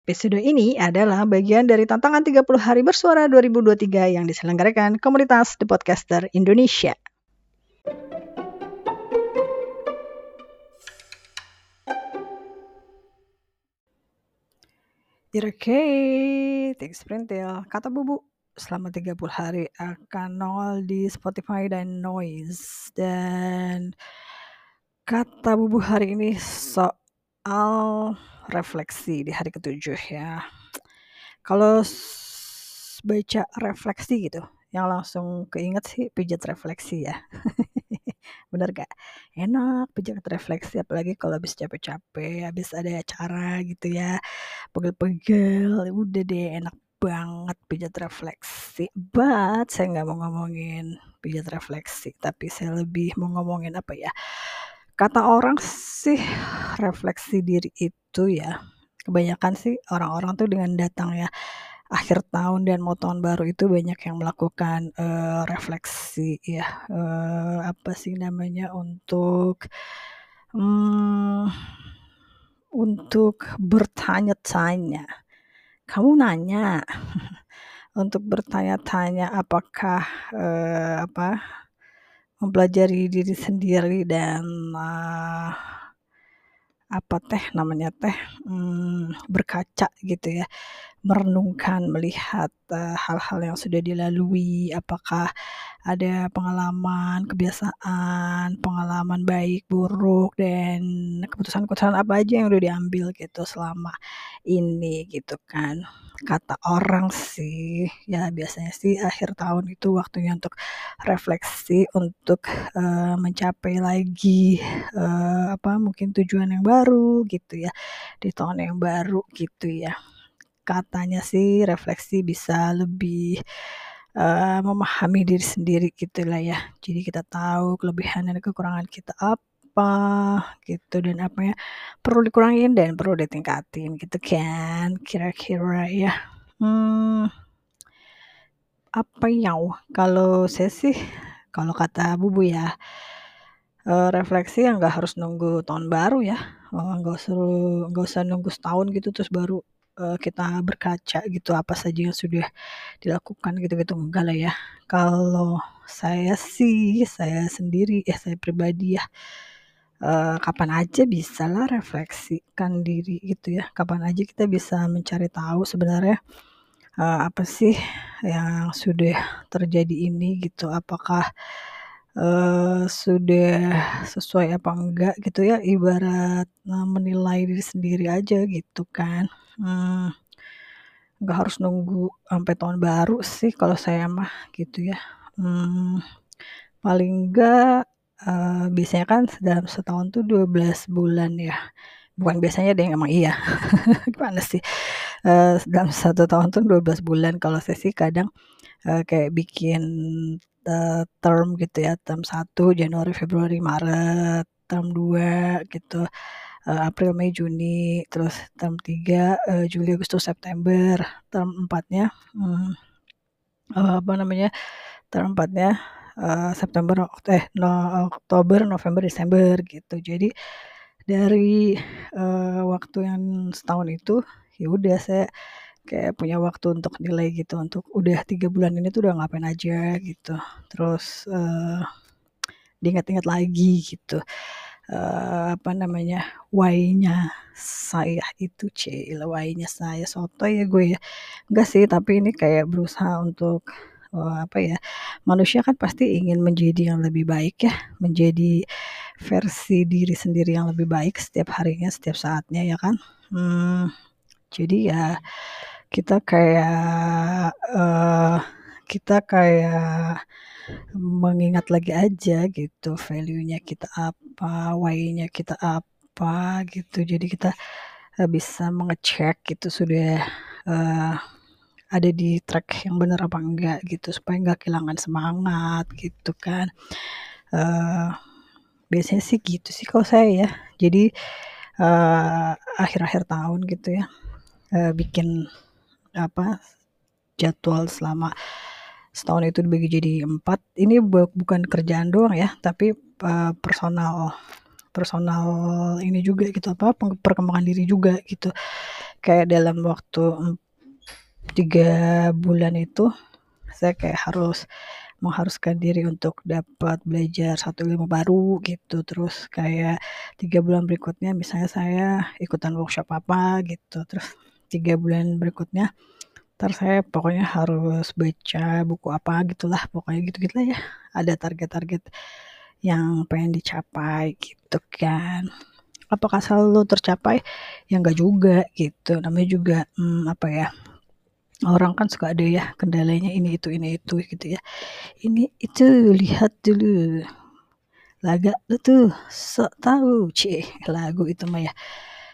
Episode ini adalah bagian dari tantangan 30 hari bersuara 2023 yang diselenggarakan komunitas The Podcaster Indonesia. Oke, thanks Printil. Kata Bubu, selama 30 hari akan nongol di Spotify dan Noise. Dan kata Bubu hari ini soal refleksi di hari ke-7 ya. Kalau baca refleksi gitu, yang langsung keinget sih pijat refleksi ya. Bener gak? Enak pijat refleksi, apalagi kalau habis capek-capek, habis ada acara gitu ya, pegel-pegel, udah deh enak banget pijat refleksi. But saya nggak mau ngomongin pijat refleksi, tapi saya lebih mau ngomongin apa ya? Kata orang sih refleksi diri itu ya, kebanyakan sih orang-orang tuh dengan datangnya akhir tahun dan mau tahun baru itu banyak yang melakukan refleksi ya, apa sih namanya, untuk bertanya-tanya. Kamu nanya untuk bertanya-tanya apakah mempelajari diri sendiri dan berkaca gitu ya, merenungkan, melihat hal-hal yang sudah dilalui, apakah ada pengalaman, kebiasaan, pengalaman baik, buruk, dan keputusan-keputusan apa aja yang udah diambil gitu selama ini gitu kan. Kata orang sih, ya biasanya sih akhir tahun itu waktunya untuk refleksi, untuk mencapai lagi mungkin tujuan yang baru gitu ya, di tahun yang baru gitu ya. Katanya sih refleksi bisa lebih memahami diri sendiri gitulah ya. Jadi kita tahu kelebihan dan kekurangan kita apa gitu, dan apa yang perlu dikurangin dan perlu ditingkatin gitu kan, kira-kira ya. Apa ya, kalau saya sih, kalau kata Bubu ya, refleksi ya nggak harus nunggu tahun baru ya, nggak usah nunggu setahun gitu terus baru kita berkaca gitu apa saja yang sudah dilakukan gitu-gitu, enggak lah ya. Kalau saya sih, saya sendiri ya, saya pribadi ya, kapan aja bisalah refleksikan diri gitu ya, kapan aja kita bisa mencari tahu sebenarnya apa sih yang sudah terjadi ini gitu, apakah sudah sesuai apa enggak gitu ya, ibarat menilai diri sendiri aja gitu kan. Nggak harus nunggu sampai tahun baru sih kalau saya mah gitu ya. Paling enggak biasanya kan dalam setahun tuh 12 bulan ya. Bukan biasanya deh, emang iya. Gimana sih, dalam 1 tahun tuh 12 bulan. Kalau saya sih kadang kayak bikin term gitu ya, term 1 Januari, Februari, Maret, term 2 gitu, April, Mei, Juni, terus term 3 Juli, Agustus, September, term 4-nya term 4-nya Oktober, November, Desember gitu. Jadi dari waktu yang setahun itu, ya udah saya kayak punya waktu untuk nilai gitu, untuk udah 3 bulan ini tuh udah ngapain aja gitu. Terus diingat-ingat lagi gitu, why-nya saya itu, why-nya saya, sotoy ya gue ya. Enggak sih, tapi ini kayak berusaha untuk manusia kan pasti ingin menjadi yang lebih baik ya, menjadi versi diri sendiri yang lebih baik setiap harinya, setiap saatnya ya kan. Jadi ya kita kayak mengingat lagi aja gitu, value-nya kita apa, why-nya kita apa gitu. Jadi kita bisa mengecek gitu sudah ada di track yang benar apa enggak gitu, supaya nggak kehilangan semangat gitu kan. Biasanya sih gitu sih kalau saya ya. Jadi akhir-akhir tahun gitu ya, bikin jadwal selama setahun itu dibagi jadi 4. Ini bukan kerjaan doang ya, tapi personal ini juga gitu, perkembangan diri juga gitu. kayak dalam waktu 3 bulan itu saya kayak harus mengharuskan diri untuk dapat belajar satu ilmu baru gitu. Terus kayak 3 bulan berikutnya misalnya saya ikutan workshop apa gitu. Terus 3 bulan berikutnya entar saya pokoknya harus baca buku apa gitulah, pokoknya gitu-gitu lah ya. Ada target-target yang pengen dicapai gitu kan. Apakah selalu tercapai? Ya enggak juga gitu. Namanya juga apa ya? Orang kan suka ada ya kendalanya ini itu gitu ya. Ini itu lihat dulu. Laga lu tuh sok tahu, cie lagu itu mah ya.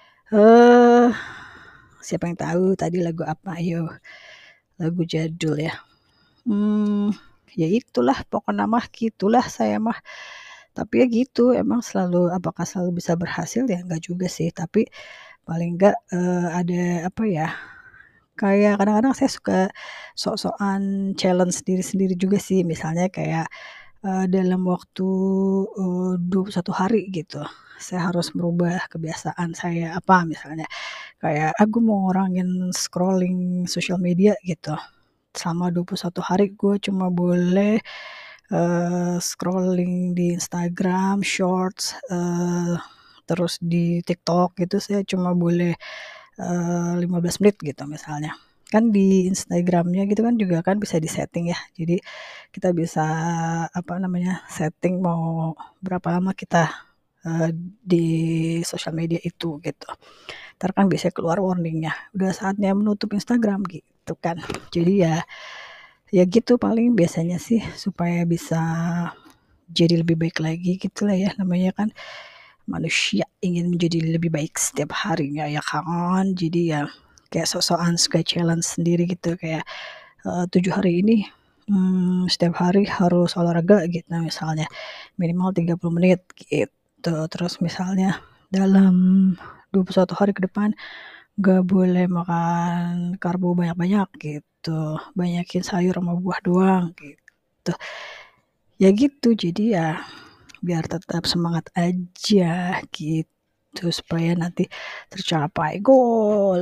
Siapa yang tahu tadi lagu apa? Ayo, lagu jadul ya. Ya itulah pokoknya mah gitulah saya mah. Tapi ya gitu, emang selalu apakah selalu bisa berhasil ya enggak juga sih. Tapi paling enggak ada apa ya? Kayak kadang-kadang saya suka sok-sokan challenge diri sendiri juga sih. Misalnya kayak dalam waktu 21 hari gitu. Saya harus merubah kebiasaan saya apa misalnya kayak aku mau ngurangin scrolling sosial media gitu. Selama 21 hari gue cuma boleh scrolling di Instagram, Shorts, terus di TikTok gitu saya cuma boleh 15 menit gitu misalnya. Kan di Instagramnya gitu kan juga kan bisa di-setting ya. Jadi kita bisa apa namanya, setting mau berapa lama kita di sosial media itu gitu. Entar kan biasanya keluar warningnya, udah saatnya menutup Instagram gitu kan. Jadi ya gitu paling biasanya sih supaya bisa jadi lebih baik lagi gitulah ya, namanya kan manusia ingin menjadi lebih baik setiap harinya ya kan. Jadi ya kayak sok-sokan suka challenge sendiri gitu kayak 7 hari ini setiap hari harus olahraga gitu misalnya minimal 30 menit gitu. Terus misalnya dalam 21 hari ke depan gak boleh makan karbo banyak-banyak gitu. Banyakin sayur sama buah doang gitu. Ya gitu, jadi ya biar tetap semangat aja gitu supaya nanti tercapai gol.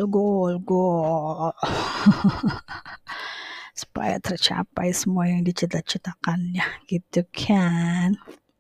Supaya tercapai semua yang dicita-citakannya gitu kan.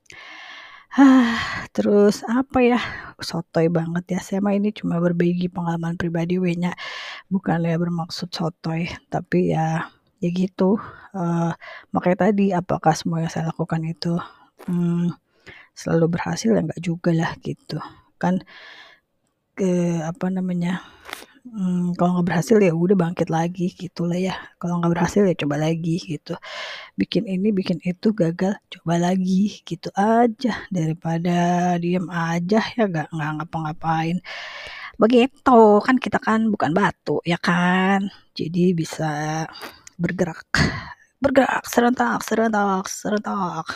Terus apa ya? Sotoy banget ya. Saya mah ini cuma berbagi pengalaman pribadi nya. Bukannya bermaksud sotoy, tapi ya gitu. Makanya tadi apakah semua yang saya lakukan itu selalu berhasil ya enggak juga lah gitu. Kan apa namanya? Kalau nggak berhasil ya udah bangkit lagi gitulah ya. Kalau nggak berhasil ya coba lagi gitu. Bikin ini, bikin itu gagal, coba lagi gitu aja daripada diem aja ya nggak ngapa-ngapain. Begitu kan kita kan bukan batu ya kan. Jadi bisa bergerak serentak.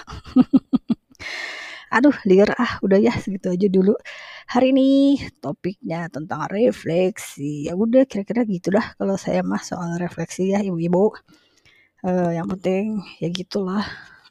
Aduh liar udah ya segitu aja dulu. Hari ini topiknya tentang refleksi. Ya udah kira-kira gitu dah kalau saya mah soal refleksi ya ibu-ibu. Yang penting ya gitulah.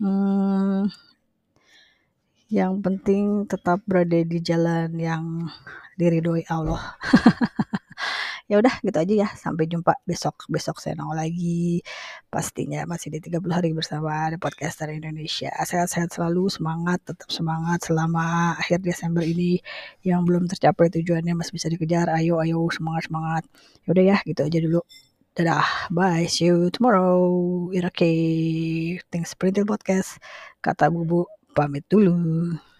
Yang penting tetap berada di jalan yang diridhoi Allah. Ya udah gitu aja ya. Sampai jumpa besok saya nongol lagi. Pastinya masih di 30 hari bersama The Podcaster Indonesia. Sehat-sehat selalu, semangat, tetap semangat selama akhir Desember ini yang belum tercapai tujuannya masih bisa dikejar. Ayo semangat. Ya udah ya gitu aja dulu. Dadah, bye, see you tomorrow. Irake, thanks Perintil Podcast. Kata Bubu, pamit dulu.